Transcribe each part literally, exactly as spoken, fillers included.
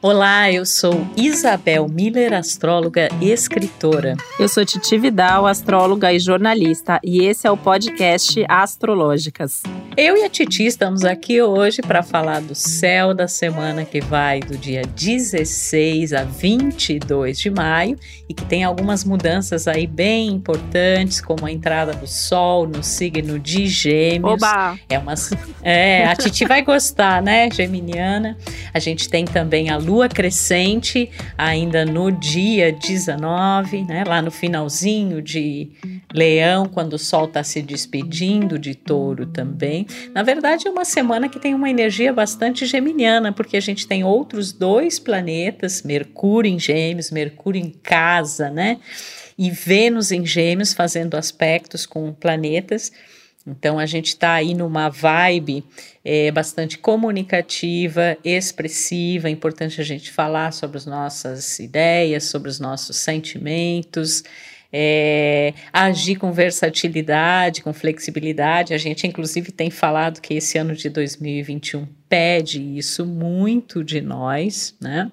Olá, eu sou Isabel Miller, astróloga e escritora. Eu sou Titi Vidal, astróloga e jornalista, e esse é o podcast Astrológicas. Eu e a Titi estamos aqui hoje para falar do céu da semana que vai do dia dezesseis a vinte e dois de maio e que tem algumas mudanças aí bem importantes, como a entrada do Sol no signo de Gêmeos. Oba! É uma, é, a Titi vai gostar, né, geminiana? A gente tem também a Lua crescente ainda no dia dezenove, né, lá no finalzinho de Leão, quando o Sol está se despedindo de Touro também. Na verdade, é uma semana que tem uma energia bastante geminiana, porque a gente tem outros dois planetas, Mercúrio em Gêmeos, Mercúrio em casa, né? E Vênus em Gêmeos fazendo aspectos com planetas. Então, a gente está aí numa vibe é, bastante comunicativa, expressiva. É importante a gente falar sobre as nossas ideias, sobre os nossos sentimentos, É, agir com versatilidade, com flexibilidade. A gente inclusive tem falado que esse ano de dois mil e vinte e um pede isso muito de nós, né?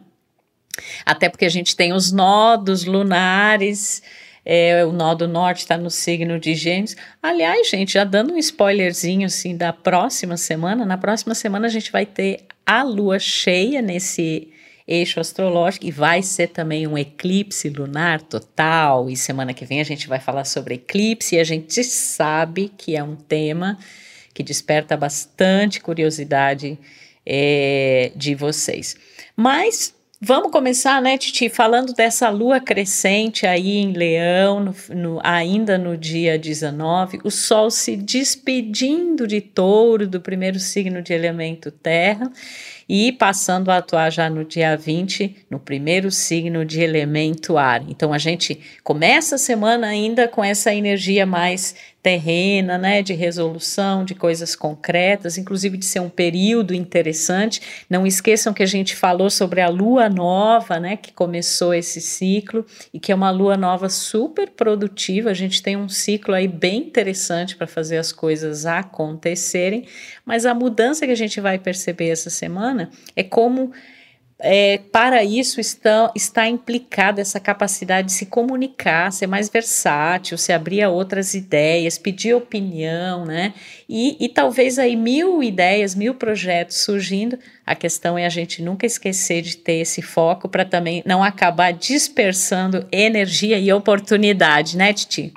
Até porque a gente tem os nodos lunares, é, o nó do norte está no signo de Gêmeos. Aliás, gente, já dando um spoilerzinho assim da próxima semana, na próxima semana a gente vai ter a lua cheia nesse eixo astrológico, e vai ser também um eclipse lunar total, e semana que vem a gente vai falar sobre eclipse, e a gente sabe que é um tema que desperta bastante curiosidade é, de vocês. Mas vamos começar, né, Titi, falando dessa lua crescente aí em Leão, no, no, ainda no dia dezenove, o Sol se despedindo de Touro, do primeiro signo de elemento terra, e passando a atuar já no dia vinte, no primeiro signo de elemento ar. Então a gente começa a semana ainda com essa energia mais terrena, né, de resolução, de coisas concretas, inclusive de ser um período interessante. Não esqueçam que a gente falou sobre a lua nova, né, que começou esse ciclo, e que é uma lua nova super produtiva. A gente tem um ciclo aí bem interessante para fazer as coisas acontecerem, mas a mudança que a gente vai perceber essa semana é como É, para isso está, está implicada essa capacidade de se comunicar, ser mais versátil, se abrir a outras ideias, pedir opinião, né? E, e talvez aí mil ideias, mil projetos surgindo. A questão é a gente nunca esquecer de ter esse foco para também não acabar dispersando energia e oportunidade, né, Titi?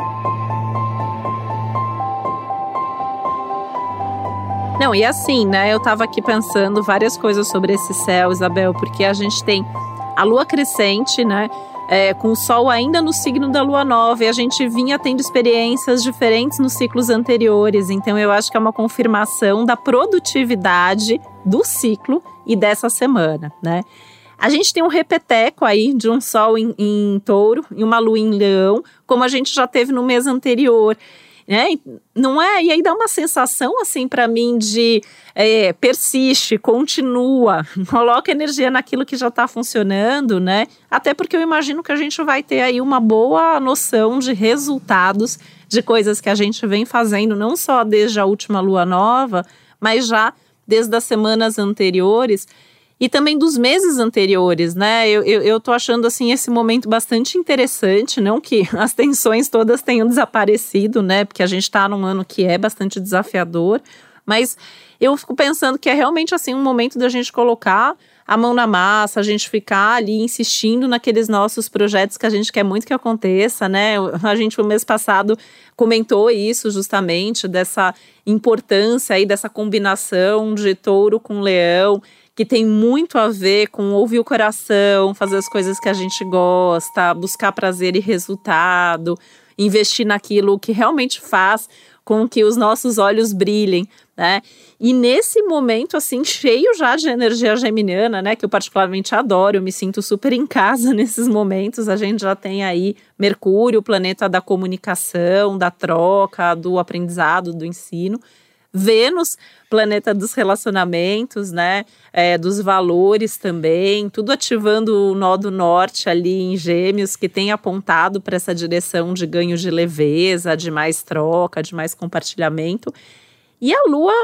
Não, e assim, né, eu tava aqui pensando várias coisas sobre esse céu, Isabel, porque a gente tem a lua crescente, né, é, com o Sol ainda no signo da lua nova, e a gente vinha tendo experiências diferentes nos ciclos anteriores, então eu acho que é uma confirmação da produtividade do ciclo e dessa semana, né. A gente tem um repeteco aí de um Sol em, em Touro e uma lua em Leão, como a gente já teve no mês anterior, né? Não é? E aí dá uma sensação assim para mim de é, persiste, continua, coloca energia naquilo que já está funcionando, né? Até porque eu imagino que a gente vai ter aí uma boa noção de resultados de coisas que a gente vem fazendo, não só desde a última lua nova, mas já desde as semanas anteriores e também dos meses anteriores, né? Eu, eu, eu tô achando, assim, esse momento bastante interessante, não que as tensões todas tenham desaparecido, né? Porque a gente tá num ano que é bastante desafiador, mas eu fico pensando que é realmente, assim, um momento da gente colocar a mão na massa, a gente ficar ali insistindo naqueles nossos projetos que a gente quer muito que aconteça, né? A gente, no mês passado, comentou isso justamente, dessa importância aí, dessa combinação de Touro com Leão, que tem muito a ver com ouvir o coração, fazer as coisas que a gente gosta, buscar prazer e resultado, investir naquilo que realmente faz com que os nossos olhos brilhem, né? E nesse momento, assim, cheio já de energia geminiana, né, que eu particularmente adoro, eu me sinto super em casa nesses momentos. A gente já tem aí Mercúrio, o planeta da comunicação, da troca, do aprendizado, do ensino. Vênus, planeta dos relacionamentos, né, é, dos valores também, tudo ativando o nó do norte ali em Gêmeos, que tem apontado para essa direção de ganho de leveza, de mais troca, de mais compartilhamento. E a Lua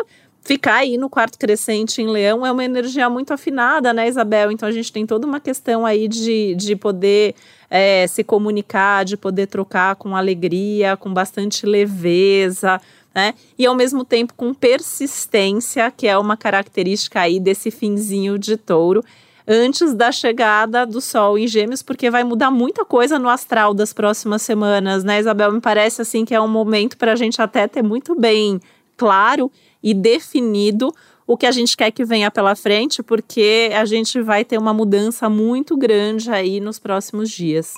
ficar aí no quarto crescente em Leão é uma energia muito afinada, né, Isabel? Então a gente tem toda uma questão aí de, de poder é, se comunicar, de poder trocar com alegria, com bastante leveza, né? E ao mesmo tempo com persistência, que é uma característica aí desse finzinho de Touro, antes da chegada do Sol em Gêmeos, porque vai mudar muita coisa no astral das próximas semanas, né, Isabel? Me parece assim que é um momento para a gente até ter muito bem claro e definido o que a gente quer que venha pela frente, porque a gente vai ter uma mudança muito grande aí nos próximos dias.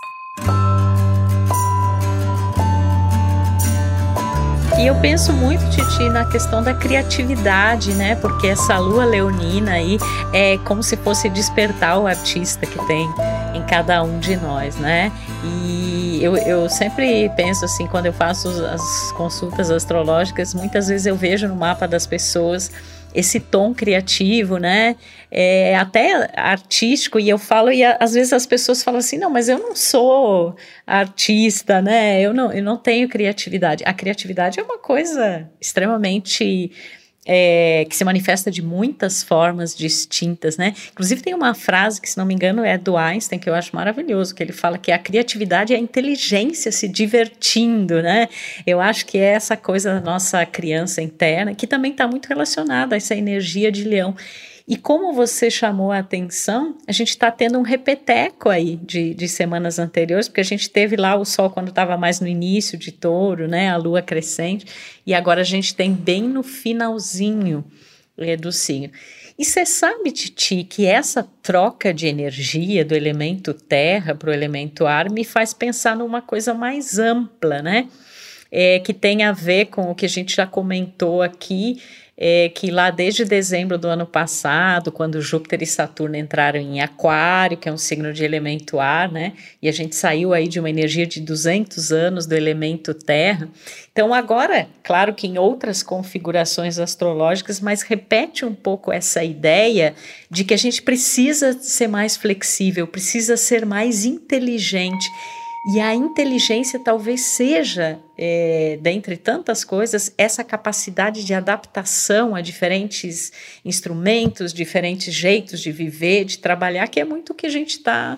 E eu penso muito, Titi, na questão da criatividade, né? Porque essa lua leonina aí é como se fosse despertar o artista que tem em cada um de nós, né? E eu, eu sempre penso assim, quando eu faço as consultas astrológicas, muitas vezes eu vejo no mapa das pessoas esse tom criativo, né, é, até artístico, e eu falo, e a, às vezes as pessoas falam assim, não, mas eu não sou artista, né, eu não, eu não tenho criatividade. A criatividade é uma coisa extremamente... É, que se manifesta de muitas formas distintas, né? Inclusive tem uma frase que, se não me engano, é do Einstein, que eu acho maravilhoso, que ele fala que a criatividade é a inteligência se divertindo, né? Eu acho que é essa coisa da nossa criança interna, que também está muito relacionada a essa energia de leão. E como você chamou a atenção, a gente está tendo um repeteco aí de, de semanas anteriores, porque a gente teve lá o Sol quando estava mais no início de Touro, né, a Lua crescente, e agora a gente tem bem no finalzinho é, do signo. E você sabe, Titi, que essa troca de energia do elemento terra para o elemento ar me faz pensar numa coisa mais ampla, né, é, que tem a ver com o que a gente já comentou aqui, É, que lá desde dezembro do ano passado, quando Júpiter e Saturno entraram em Aquário, que é um signo de elemento ar, né, e a gente saiu aí de uma energia de duzentos anos do elemento terra. Então agora, claro que em outras configurações astrológicas, mas repete um pouco essa ideia de que a gente precisa ser mais flexível, precisa ser mais inteligente. E a inteligência talvez seja, é, dentre tantas coisas, essa capacidade de adaptação a diferentes instrumentos, diferentes jeitos de viver, de trabalhar, que é muito o que a gente está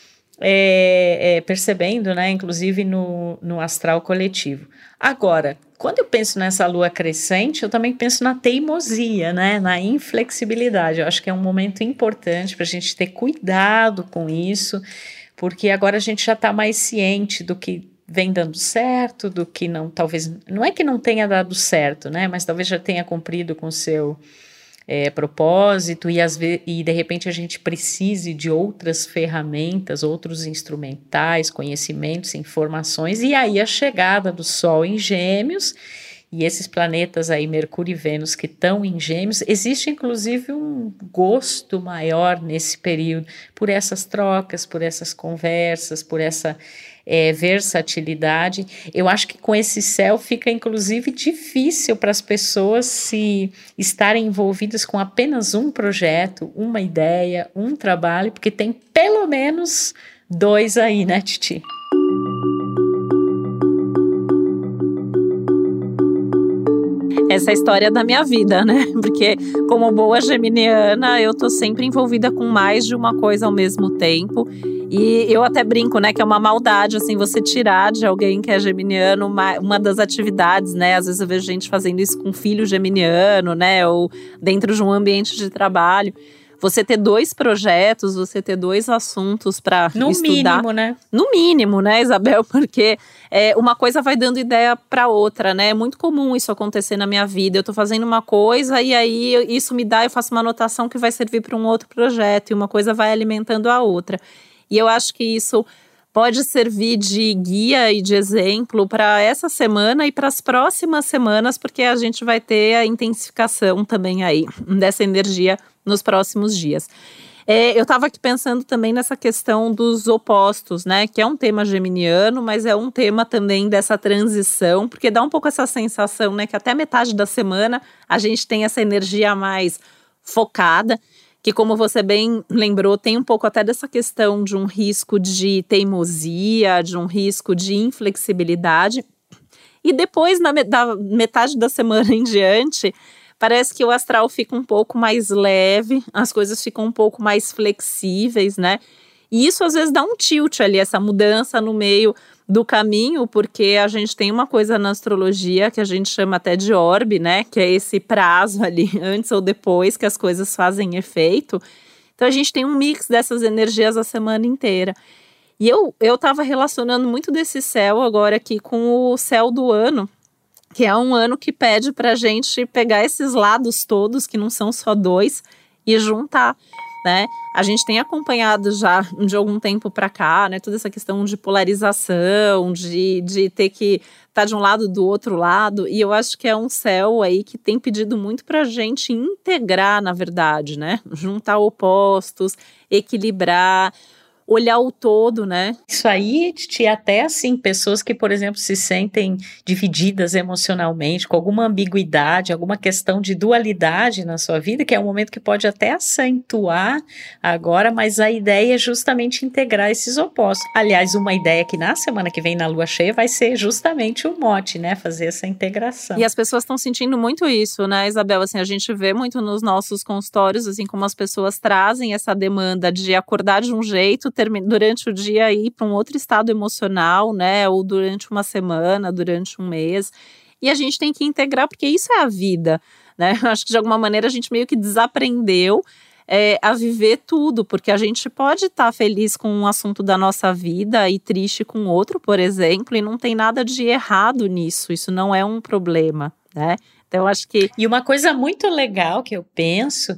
é, é, percebendo, né? Inclusive no, no astral coletivo. Agora, quando eu penso nessa lua crescente, eu também penso na teimosia, né? Na inflexibilidade. Eu acho que é um momento importante para a gente ter cuidado com isso, porque agora a gente já está mais ciente do que vem dando certo, do que não, talvez, não é que não tenha dado certo, né, mas talvez já tenha cumprido com o seu é, propósito, e, às ve- e de repente a gente precise de outras ferramentas, outros instrumentais, conhecimentos, informações, e aí a chegada do Sol em Gêmeos, e esses planetas aí, Mercúrio e Vênus, que estão em Gêmeos, existe inclusive um gosto maior nesse período por essas trocas, por essas conversas, por essa é, versatilidade. Eu acho que com esse céu fica inclusive difícil para as pessoas se estarem envolvidas com apenas um projeto, uma ideia, um trabalho, porque tem pelo menos dois aí, né, Titi? Essa é a história da minha vida, né? Porque como boa geminiana, eu tô sempre envolvida com mais de uma coisa ao mesmo tempo. E eu até brinco, né, que é uma maldade, assim, você tirar de alguém que é geminiano uma, uma das atividades, né? Às vezes eu vejo gente fazendo isso com filho geminiano, né? Ou dentro de um ambiente de trabalho. Você ter dois projetos, você ter dois assuntos para estudar. No mínimo, né? No mínimo, né, Isabel? Porque é, uma coisa vai dando ideia para outra, né? É muito comum isso acontecer na minha vida. Eu tô fazendo uma coisa e aí isso me dá, eu faço uma anotação que vai servir para um outro projeto. E uma coisa vai alimentando a outra. E eu acho que isso pode servir de guia e de exemplo para essa semana e para as próximas semanas, porque a gente vai ter a intensificação também aí dessa energia nos próximos dias. É, eu estava aqui pensando também nessa questão dos opostos, né? Que é um tema geminiano, mas é um tema também dessa transição, porque dá um pouco essa sensação, né? Que até metade da semana a gente tem essa energia mais focada, que, como você bem lembrou, tem um pouco até dessa questão de um risco de teimosia, de um risco de inflexibilidade. E depois, na me- da metade da semana em diante, parece que o astral fica um pouco mais leve, as coisas ficam um pouco mais flexíveis, né? E isso às vezes dá um tilt ali, essa mudança no meio do caminho, porque a gente tem uma coisa na astrologia que a gente chama até de orbe, né? Que é esse prazo ali, antes ou depois que as coisas fazem efeito. Então a gente tem um mix dessas energias a semana inteira. E eu, eu tava relacionando muito desse céu agora aqui com o céu do ano, que é um ano que pede pra gente pegar esses lados todos, que não são só dois, e juntar, né? A gente tem acompanhado já de algum tempo para cá, né? Toda essa questão de polarização, de, de ter que estar tá de um lado do outro lado, e eu acho que é um céu aí que tem pedido muito pra gente integrar, na verdade, né? Juntar opostos, equilibrar, olhar o todo, né? Isso aí, Titi, até assim, pessoas que, por exemplo, se sentem divididas emocionalmente, com alguma ambiguidade, alguma questão de dualidade na sua vida, que é um momento que pode até acentuar agora, mas a ideia é justamente integrar esses opostos. Aliás, uma ideia que na semana que vem, na lua cheia, vai ser justamente o mote, né? Fazer essa integração. E as pessoas estão sentindo muito isso, né, Isabel? Assim, a gente vê muito nos nossos consultórios, assim, como as pessoas trazem essa demanda de acordar de um jeito, durante o dia ir para um outro estado emocional, né, ou durante uma semana, durante um mês, e a gente tem que integrar, porque isso é a vida, né, acho que de alguma maneira a gente meio que desaprendeu é, a viver tudo, porque a gente pode estar tá feliz com um assunto da nossa vida e triste com outro, por exemplo, e não tem nada de errado nisso, isso não é um problema, né. Então, acho que... E uma coisa muito legal que eu penso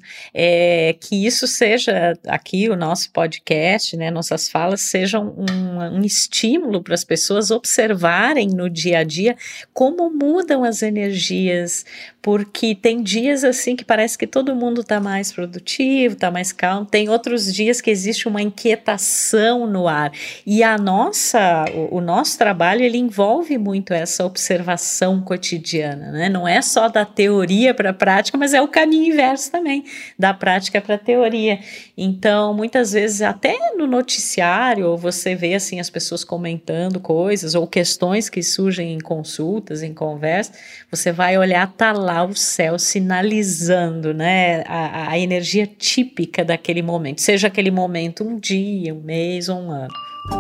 é que isso seja, aqui o nosso podcast, né, nossas falas, sejam um, um estímulo para as pessoas observarem no dia a dia como mudam as energias, porque tem dias assim que parece que todo mundo está mais produtivo, está mais calmo, tem outros dias que existe uma inquietação no ar, e a nossa, o, o nosso trabalho, ele envolve muito essa observação cotidiana, né, não é só da teoria para a prática, mas é o caminho inverso também, da prática para a teoria. Então, muitas vezes, até no noticiário, você vê assim, as pessoas comentando coisas ou questões que surgem em consultas, em conversas, você vai olhar, tá lá o céu sinalizando, né, a, a energia típica daquele momento, seja aquele momento um dia, um mês ou um ano.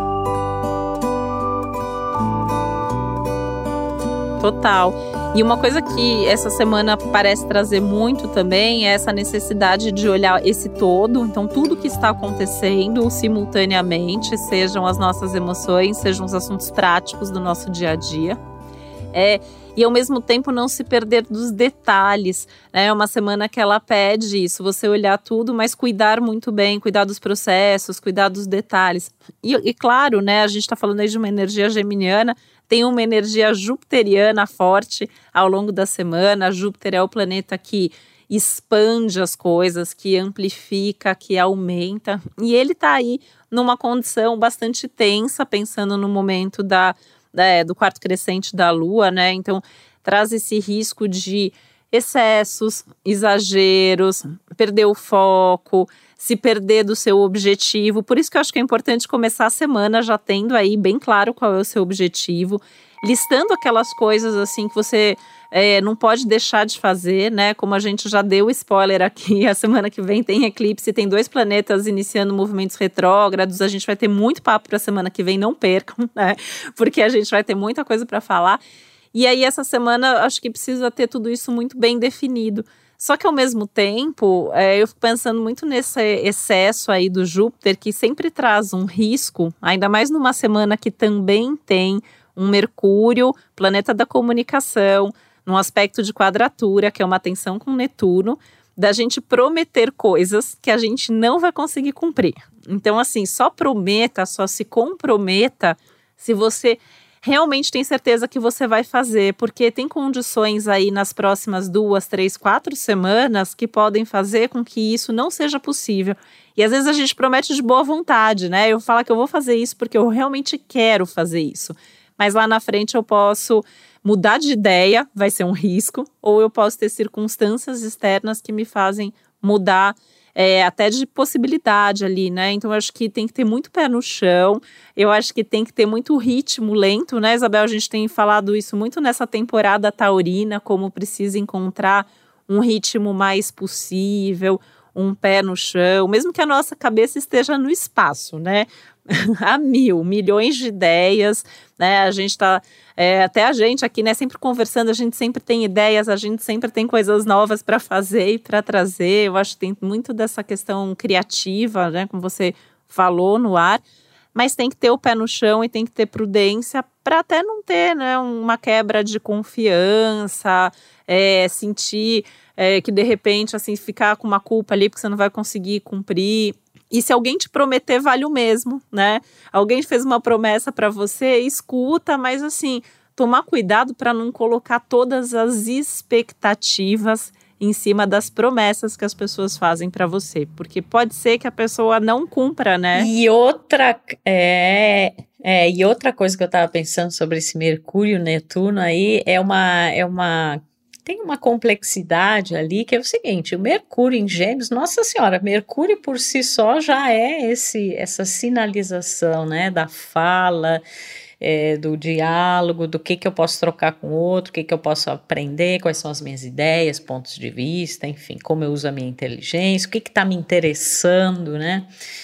Total. E uma coisa que essa semana parece trazer muito também é essa necessidade de olhar esse todo, então tudo que está acontecendo simultaneamente, sejam as nossas emoções, sejam os assuntos práticos do nosso dia a dia, é, e ao mesmo tempo não se perder dos detalhes, né? É uma semana que ela pede isso, você olhar tudo, mas cuidar muito bem, cuidar dos processos, cuidar dos detalhes. E, e claro, né, a gente está falando aí de uma energia geminiana, tem uma energia jupiteriana forte ao longo da semana. Júpiter é o planeta que expande as coisas, que amplifica, que aumenta. E ele está aí numa condição bastante tensa, pensando no momento da, da, do quarto crescente da Lua, né? Então, traz esse risco de excessos, exageros, perder o foco, se perder do seu objetivo. Por isso que eu acho que é importante começar a semana já tendo aí bem claro qual é o seu objetivo, listando aquelas coisas assim que você é, não pode deixar de fazer, né? Como a gente já deu spoiler aqui, a semana que vem tem eclipse, tem dois planetas iniciando movimentos retrógrados, a gente vai ter muito papo para a semana que vem, não percam, né? Porque a gente vai ter muita coisa para falar. E aí essa semana acho que precisa ter tudo isso muito bem definido. Só que ao mesmo tempo, é, eu fico pensando muito nesse excesso aí do Júpiter, que sempre traz um risco, ainda mais numa semana que também tem um Mercúrio, planeta da comunicação, num aspecto de quadratura, que é uma tensão com Netuno, da gente prometer coisas que a gente não vai conseguir cumprir. Então, assim, só prometa, só se comprometa se você realmente tem certeza que você vai fazer, porque tem condições aí nas próximas duas, três, quatro semanas que podem fazer com que isso não seja possível. E às vezes a gente promete de boa vontade, né? Eu falo que eu vou fazer isso porque eu realmente quero fazer isso. Mas lá na frente eu posso mudar de ideia, vai ser um risco, ou eu posso ter circunstâncias externas que me fazem mudar É, até de possibilidade ali, né? Então, eu acho que tem que ter muito pé no chão, eu acho que tem que ter muito ritmo lento, né, Isabel? A gente tem falado isso muito nessa temporada taurina, como precisa encontrar um ritmo mais possível, um pé no chão, mesmo que a nossa cabeça esteja no espaço, né? A mil, milhões de ideias, né? A gente tá, é, até a gente aqui, né, sempre conversando, a gente sempre tem ideias, a gente sempre tem coisas novas para fazer e para trazer. Eu acho que tem muito dessa questão criativa, né, como você falou no ar, mas tem que ter o pé no chão e tem que ter prudência para até não ter, né, uma quebra de confiança, é, sentir é, que de repente, assim, ficar com uma culpa ali porque você não vai conseguir cumprir. E se alguém te prometer, vale o mesmo, né? Alguém fez uma promessa para você, escuta, mas assim, tomar cuidado para não colocar todas as expectativas em cima das promessas que as pessoas fazem para você, porque pode ser que a pessoa não cumpra, né? E outra, é, é, e outra coisa que eu estava pensando sobre esse Mercúrio Netuno aí é uma, é uma tem uma complexidade ali que é o seguinte: o Mercúrio em Gêmeos, nossa senhora, Mercúrio por si só já é esse, essa sinalização, né, da fala, é, do diálogo, do que que eu posso trocar com o outro, o que que eu posso aprender, quais são as minhas ideias, pontos de vista, enfim, como eu uso a minha inteligência, o que que está me interessando, né?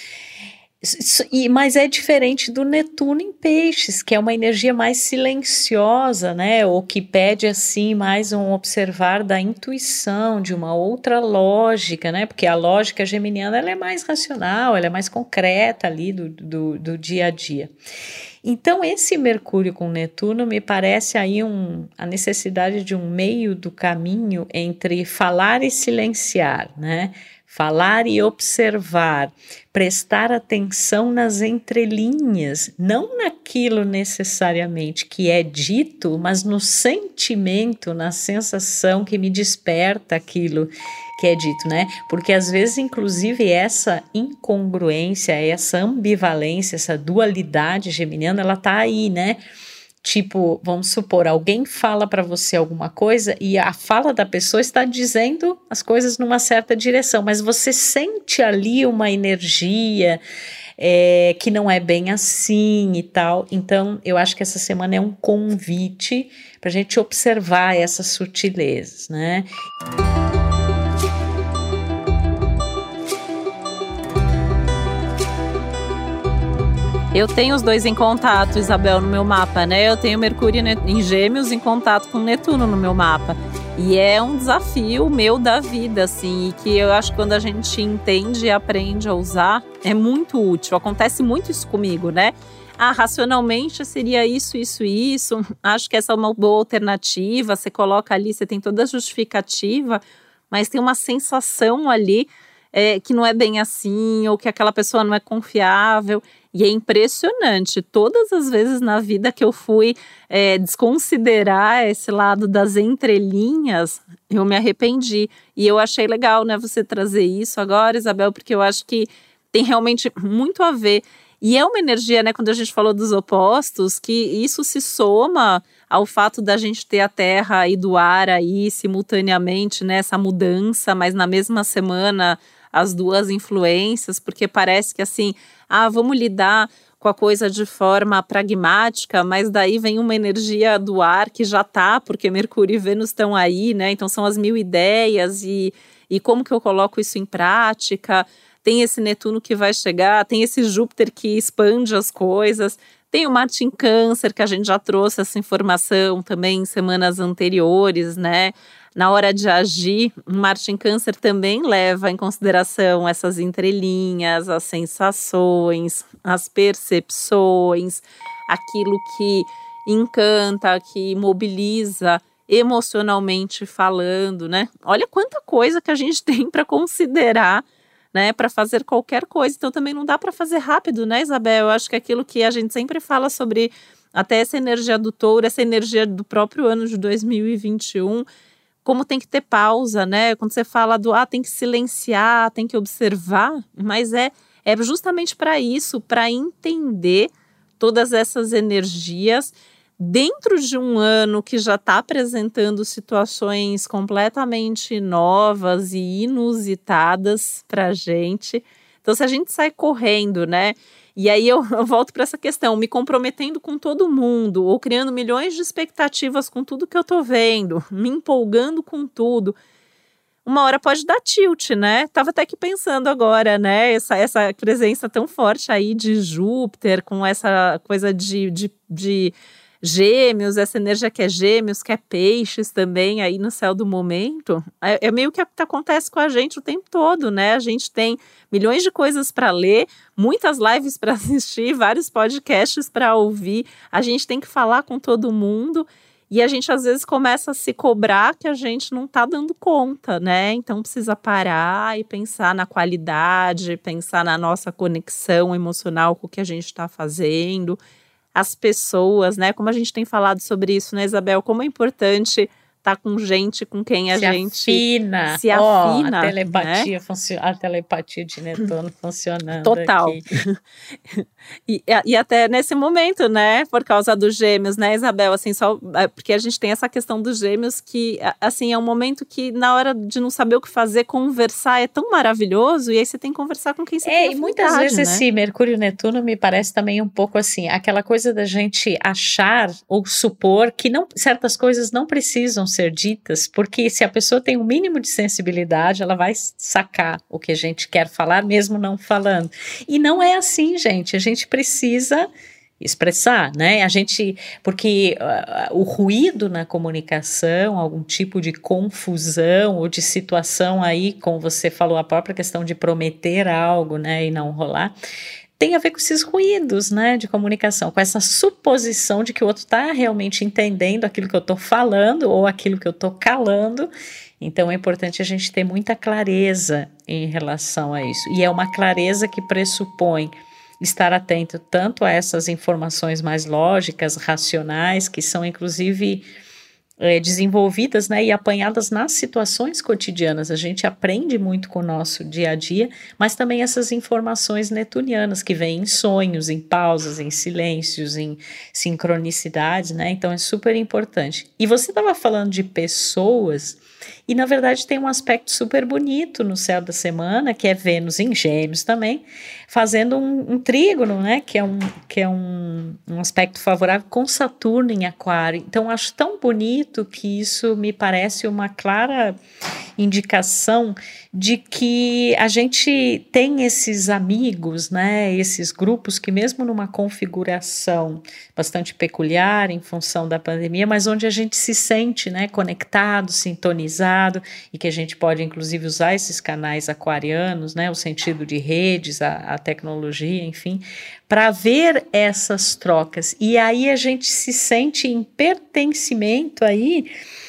E, mas é diferente do Netuno em Peixes, que é uma energia mais silenciosa, né? Ou que pede assim mais um observar da intuição, de uma outra lógica, né? Porque a lógica geminiana ela é mais racional, ela é mais concreta ali do, do, do dia a dia. Então esse Mercúrio com Netuno me parece aí um, a necessidade de um meio do caminho entre falar e silenciar, né? Falar e observar, prestar atenção nas entrelinhas, não naquilo necessariamente que é dito, mas no sentimento, na sensação que me desperta aquilo que é dito, né? Porque às vezes, inclusive, essa incongruência, essa ambivalência, essa dualidade geminiana, ela tá aí, né? Tipo, vamos supor, alguém fala para você alguma coisa e a fala da pessoa está dizendo as coisas numa certa direção, mas você sente ali uma energia é, que não é bem assim e tal. Então, eu acho que essa semana é um convite para a gente observar essas sutilezas, né? Eu tenho os dois em contato, Isabel, no meu mapa, né? Eu tenho Mercúrio em Gêmeos em contato com Netuno no meu mapa. E é um desafio meu da vida, assim, e que eu acho que quando a gente entende e aprende a usar, é muito útil. Acontece muito isso comigo, né? Ah, racionalmente seria isso, isso, isso. Acho que essa é uma boa alternativa. Você coloca ali, você tem toda a justificativa, mas tem uma sensação ali é, que não é bem assim, ou que aquela pessoa não é confiável. E é impressionante, todas as vezes na vida que eu fui é, desconsiderar esse lado das entrelinhas, eu me arrependi. E eu achei legal, né, você trazer isso agora, Isabel, porque eu acho que tem realmente muito a ver. E é uma energia, né, quando a gente falou dos opostos, que isso se soma ao fato da gente ter a terra e do ar aí simultaneamente, né, essa mudança, mas na mesma semana as duas influências, porque parece que assim, ah, vamos lidar com a coisa de forma pragmática, mas daí vem uma energia do ar que já tá, porque Mercúrio e Vênus estão aí, né? Então são as mil ideias e, e como que eu coloco isso em prática? Tem esse Netuno que vai chegar, tem esse Júpiter que expande as coisas, tem o Marte em Câncer, que a gente já trouxe essa informação também em semanas anteriores, né? Na hora de agir, Marte em Câncer também leva em consideração essas entrelinhas, as sensações, as percepções, aquilo que encanta, que mobiliza emocionalmente falando, né? Olha quanta coisa que a gente tem para considerar, né, para fazer qualquer coisa. Então também não dá para fazer rápido, né, Isabel? Eu acho que aquilo que a gente sempre fala sobre até essa energia do touro, essa energia do próprio ano de dois mil e vinte e um, como tem que ter pausa, né? Quando você fala do, ah, tem que silenciar, tem que observar, mas é, é justamente para isso, para entender todas essas energias dentro de um ano que já está apresentando situações completamente novas e inusitadas para a gente. Então, se a gente sai correndo, né? E aí eu, eu volto para essa questão, me comprometendo com todo mundo, ou criando milhões de expectativas com tudo que eu tô vendo, me empolgando com tudo. uma hora pode dar tilt, né? Tava até aqui pensando agora, né? Essa, essa presença tão forte aí de Júpiter, com essa coisa de, de, de Gêmeos, essa energia que é Gêmeos, que é Peixes também aí no céu do momento. É, é meio que acontece com a gente o tempo todo, né? A gente tem milhões de coisas para ler, muitas lives para assistir, vários podcasts para ouvir. A gente tem que falar com todo mundo. E a gente, às vezes, começa a se cobrar que a gente não está dando conta, né? Então, precisa parar e pensar na qualidade, pensar na nossa conexão emocional com o que a gente está fazendo, as pessoas, né? Como a gente tem falado sobre isso, né, Isabel? Como é importante estar com gente com quem a se gente afina. se afina. Oh, a telepatia, né? funcio- a telepatia de Netuno funcionando Total. aqui. e, e até nesse momento, né, por causa dos Gêmeos, né, Isabel, assim, só porque a gente tem essa questão dos Gêmeos que, assim, é um momento que na hora de não saber o que fazer, conversar é tão maravilhoso, e aí você tem que conversar com quem você É, tem e muitas afinidade, vezes né? esse Mercúrio e Netuno me parece também um pouco assim, aquela coisa da gente achar ou supor que não, certas coisas não precisam ser ditas, porque se a pessoa tem um mínimo de sensibilidade, ela vai sacar o que a gente quer falar, mesmo não falando. E não é assim, gente, a gente precisa expressar, né? A gente, porque uh, o ruído na comunicação, algum tipo de confusão ou de situação aí, como você falou, a própria questão de prometer algo, né, e não rolar, tem a ver com esses ruídos, né, de comunicação, com essa suposição de que o outro está realmente entendendo aquilo que eu estou falando ou aquilo que eu estou calando. Então é importante a gente ter muita clareza em relação a isso. E é uma clareza que pressupõe estar atento tanto a essas informações mais lógicas, racionais, que são inclusive é, desenvolvidas, né, e apanhadas nas situações cotidianas. A gente aprende muito com o nosso dia a dia, mas também essas informações netunianas que vêm em sonhos, em pausas, em silêncios, em sincronicidades, né? Então é super importante. E você estava falando de pessoas, e na verdade tem um aspecto super bonito no céu da semana, que é Vênus em Gêmeos também, fazendo um, um trígono, né, que é, um, que é um, um aspecto favorável com Saturno em Aquário. Então acho tão bonito que isso me parece uma clara indicação de que a gente tem esses amigos, né, esses grupos que mesmo numa configuração bastante peculiar em função da pandemia, mas onde a gente se sente, né, conectado, sintonizado, e que a gente pode inclusive usar esses canais aquarianos, né, o sentido de redes, a, a tecnologia, enfim, para ver essas trocas. E aí a gente se sente em pertencimento aí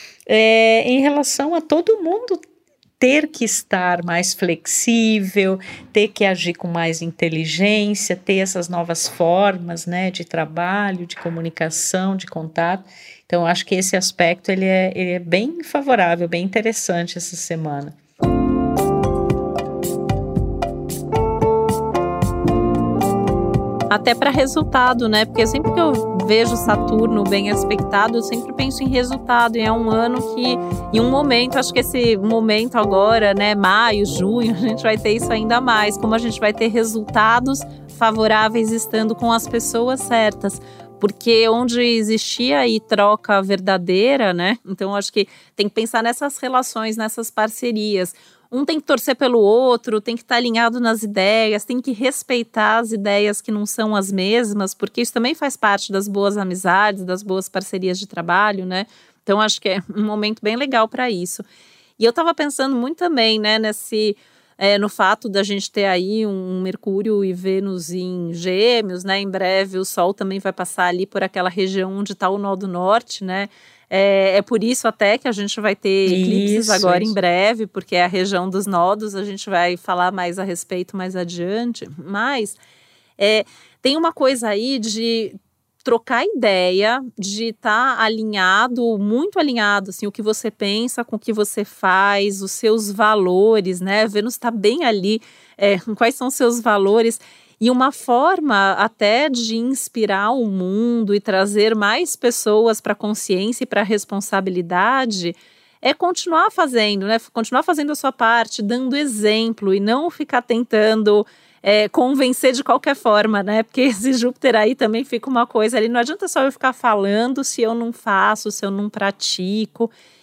é, em relação a todo mundo ter que estar mais flexível, ter que agir com mais inteligência, ter essas novas formas, né, de trabalho, de comunicação, de contato. Então, eu acho que esse aspecto ele é, ele é bem favorável, bem interessante essa semana. Até para resultado, né? Porque sempre que eu vejo Saturno bem aspectado, eu sempre penso em resultado. E é um ano que, em um momento, acho que esse momento agora, né? Maio, junho, a gente vai ter isso ainda mais. Como a gente vai ter resultados favoráveis estando com as pessoas certas. Porque onde existia aí troca verdadeira, né? Então, acho que tem que pensar nessas relações, nessas parcerias. Um tem que torcer pelo outro, tem que estar alinhado nas ideias, tem que respeitar as ideias que não são as mesmas, porque isso também faz parte das boas amizades, das boas parcerias de trabalho, né? Então, acho que é um momento bem legal para isso. E eu estava pensando muito também, né, nesse, é, no fato da gente ter aí um Mercúrio e Vênus em Gêmeos, né? Em breve o Sol também vai passar ali por aquela região onde está o Nó do Norte, né? É, é por isso até que a gente vai ter eclipses Isso, agora isso. em breve, porque é a região dos nodos, a gente vai falar mais a respeito mais adiante. Mas é, tem uma coisa aí de trocar ideia, de estar tá alinhado, muito alinhado, assim, o que você pensa com o que você faz, os seus valores, né? Vênus está bem ali, é, quais são os seus valores. E uma forma até de inspirar o mundo e trazer mais pessoas para a consciência e para a responsabilidade é continuar fazendo, né? Continuar fazendo a sua parte, dando exemplo e não ficar tentando é, convencer de qualquer forma, né? Porque esse Júpiter aí também fica uma coisa ali, não adianta só eu ficar falando se eu não faço, se eu não pratico.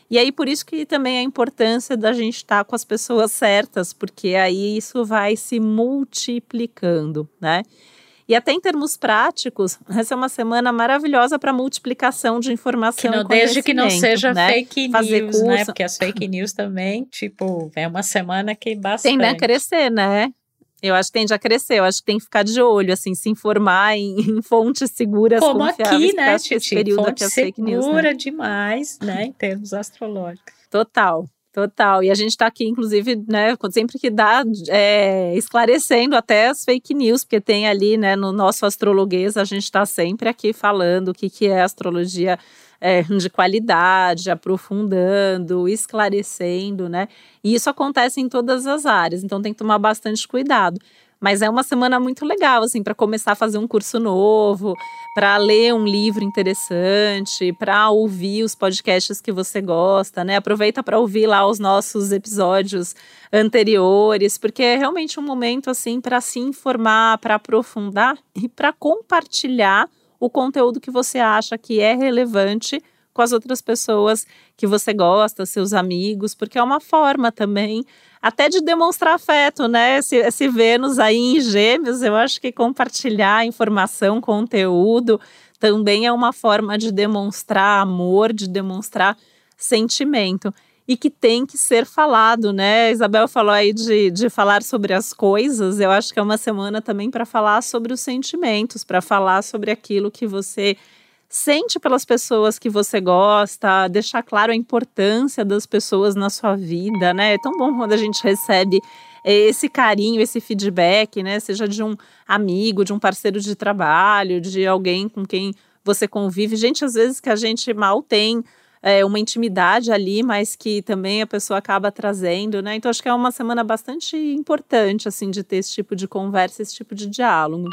E aí, por isso que também a importância da gente estar com as pessoas certas, porque aí isso vai se multiplicando, né? E até em termos práticos, essa é uma semana maravilhosa para multiplicação de informação que não, e conhecimento. Desde que não seja né? fake Fazer news, curso. né? Porque as fake news também, tipo, é uma semana que bastante. Tende a crescer, né? Eu acho que tende a crescer, eu acho que tem que ficar de olho, assim, se informar em, em fontes seguras, como confiáveis. aqui, né, Titi? Esse período fonte aqui é segura fake news, né? demais, né, em termos astrológicos. Total. Total, e a gente está aqui, inclusive, né, sempre que dá, é, esclarecendo até as fake news, porque tem ali, né, no nosso astrologuês, a gente está sempre aqui falando o que, que é astrologia é, de qualidade, aprofundando, esclarecendo, né, e isso acontece em todas as áreas, então tem que tomar bastante cuidado. Mas é uma semana muito legal, assim, para começar a fazer um curso novo, para ler um livro interessante, para ouvir os podcasts que você gosta, né? Aproveita para ouvir lá os nossos episódios anteriores, porque é realmente um momento, assim, para se informar, para aprofundar e para compartilhar o conteúdo que você acha que é relevante com as outras pessoas que você gosta, seus amigos, porque é uma forma também até de demonstrar afeto, né? Esse, esse Vênus aí em Gêmeos, eu acho que compartilhar informação, conteúdo, também é uma forma de demonstrar amor, de demonstrar sentimento. E que tem que ser falado, né? Isabel falou aí de, de falar sobre as coisas, eu acho que é uma semana também para falar sobre os sentimentos, para falar sobre aquilo que você sente pelas pessoas que você gosta, deixar claro a importância das pessoas na sua vida, né? É tão bom quando a gente recebe esse carinho, esse feedback, né? Seja de um amigo, de um parceiro de trabalho, de alguém com quem você convive. Gente, às vezes que a gente mal tem é, uma intimidade ali, mas que também a pessoa acaba trazendo, né? Então, acho que é uma semana bastante importante, assim, de ter esse tipo de conversa, esse tipo de diálogo.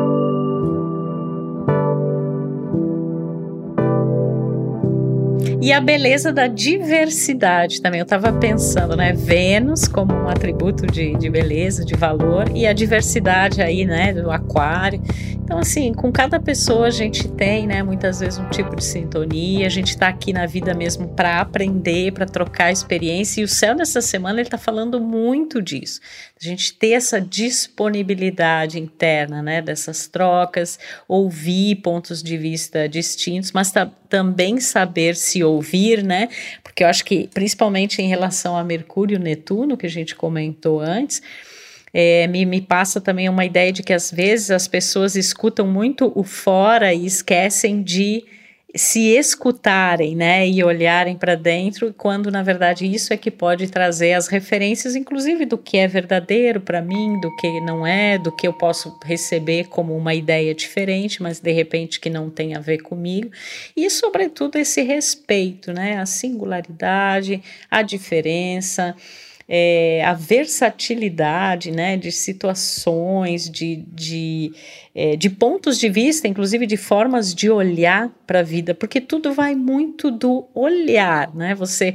E a beleza da diversidade também. Eu estava pensando, né? Vênus como um atributo de, de beleza, de valor, e a diversidade aí, né? Do aquário. Então, assim, com cada pessoa a gente tem, né? Muitas vezes um tipo de sintonia. A gente está aqui na vida mesmo para aprender, para trocar experiência. E o céu nessa semana ele está falando muito disso. A gente ter essa disponibilidade interna, né? Dessas trocas, ouvir pontos de vista distintos, mas tá, também saber se ouvir, né? Porque eu acho que, principalmente em relação a Mercúrio e Netuno, que a gente comentou antes, é, me, me passa também uma ideia de que às vezes as pessoas escutam muito o fora e esquecem de se escutarem, né, e olharem para dentro, quando na verdade isso é que pode trazer as referências, inclusive do que é verdadeiro para mim, do que não é, do que eu posso receber como uma ideia diferente, mas de repente que não tem a ver comigo, e sobretudo esse respeito, né, a singularidade, a diferença, É, a versatilidade, né, de situações, de, de, é, de pontos de vista, inclusive de formas de olhar para a vida, porque tudo vai muito do olhar, né? Você,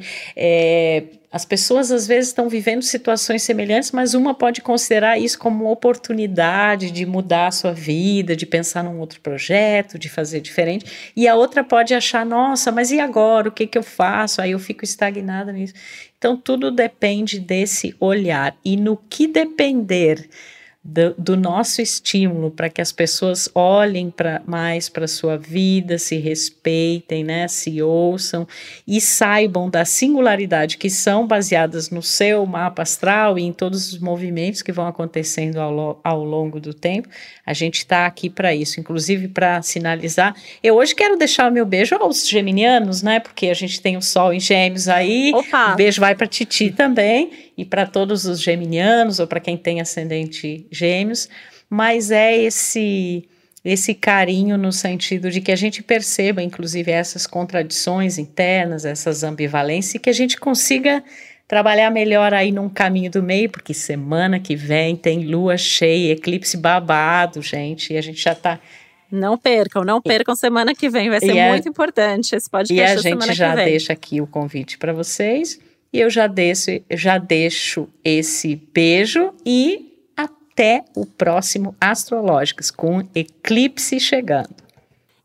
é, as pessoas às vezes estão vivendo situações semelhantes, mas uma pode considerar isso como uma oportunidade de mudar a sua vida, de pensar num outro projeto, de fazer diferente, e a outra pode achar, nossa, mas e agora? O que que eu faço? Aí eu fico estagnada nisso. Então, tudo depende desse olhar. E no que depender do, do nosso estímulo para que as pessoas olhem pra, mais para a sua vida, se respeitem, né, se ouçam e saibam da singularidade que são baseadas no seu mapa astral e em todos os movimentos que vão acontecendo ao, ao longo do tempo, a gente está aqui para isso, inclusive para sinalizar. Eu hoje quero deixar o meu beijo aos geminianos, né, porque a gente tem o Sol em Gêmeos aí. Opa. O beijo vai para Titi também e para todos os geminianos ou para quem tem ascendente Gêmeos, mas é esse esse carinho no sentido de que a gente perceba, inclusive, essas contradições internas, essas ambivalências, e que a gente consiga trabalhar melhor aí num caminho do meio, porque semana que vem tem lua cheia, eclipse babado, gente, e a gente já tá... Não percam, não percam, semana que vem, vai ser e muito a, importante esse podcast da semana que vem. E a gente já deixa aqui o convite para vocês, e eu já deixo, já deixo esse beijo e até o próximo Astrológicas, com eclipse chegando.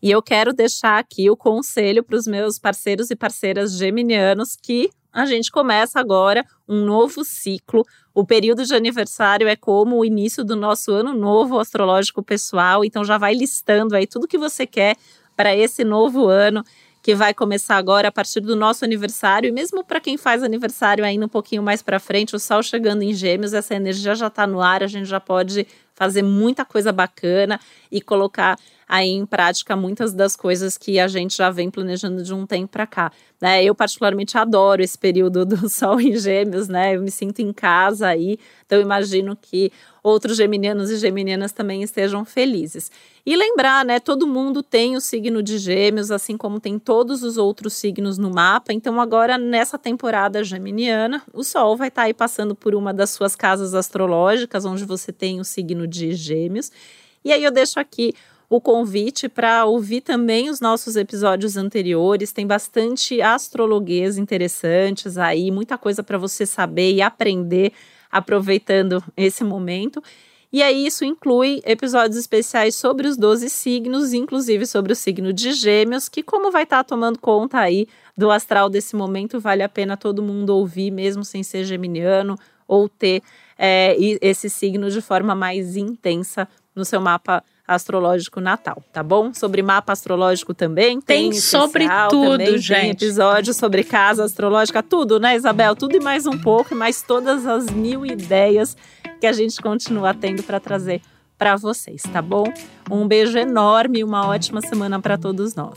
E eu quero deixar aqui o conselho para os meus parceiros e parceiras geminianos que a gente começa agora um novo ciclo. O período de aniversário é como o início do nosso ano novo astrológico pessoal, então já vai listando aí tudo que você quer para esse novo ano, que vai começar agora a partir do nosso aniversário. E mesmo para quem faz aniversário ainda um pouquinho mais para frente, o Sol chegando em Gêmeos, essa energia já está no ar, a gente já pode fazer muita coisa bacana e colocar aí em prática muitas das coisas que a gente já vem planejando de um tempo para cá, né? Eu particularmente adoro esse período do Sol em Gêmeos, né? Eu me sinto em casa aí, então eu imagino que outros geminianos e geminianas também estejam felizes. E lembrar, né? Todo mundo tem o signo de Gêmeos, assim como tem todos os outros signos no mapa. Então agora, nessa temporada geminiana, o Sol vai estar aí passando por uma das suas casas astrológicas, onde você tem o signo de Gêmeos. E aí eu deixo aqui o convite para ouvir também os nossos episódios anteriores. Tem bastante astrologuês interessantes aí, muita coisa para você saber e aprender aproveitando esse momento. E aí isso inclui episódios especiais sobre os doze signos, inclusive sobre o signo de Gêmeos, que como vai estar tomando conta aí do astral desse momento, vale a pena todo mundo ouvir, mesmo sem ser geminiano, ou ter é, esse signo de forma mais intensa no seu mapa astrológico natal, tá bom? Sobre mapa astrológico também tem, tem sobre tudo, também gente. Tem episódio sobre casa astrológica, tudo, né, Isabel? Tudo e mais um pouco, e mais todas as mil ideias que a gente continua tendo para trazer para vocês, tá bom? Um beijo enorme e uma ótima semana para todos nós.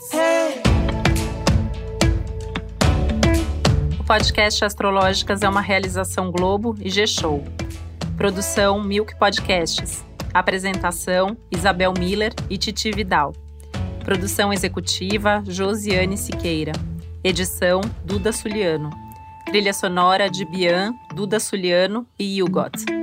O podcast Astrológicas é uma realização Globo e G-Show. Produção Milk Podcasts. Apresentação, Isabel Miller e Titi Vidal. Produção executiva, Josiane Siqueira. Edição, Duda Suliano. Trilha sonora de Bian, Duda Suliano e Hugot.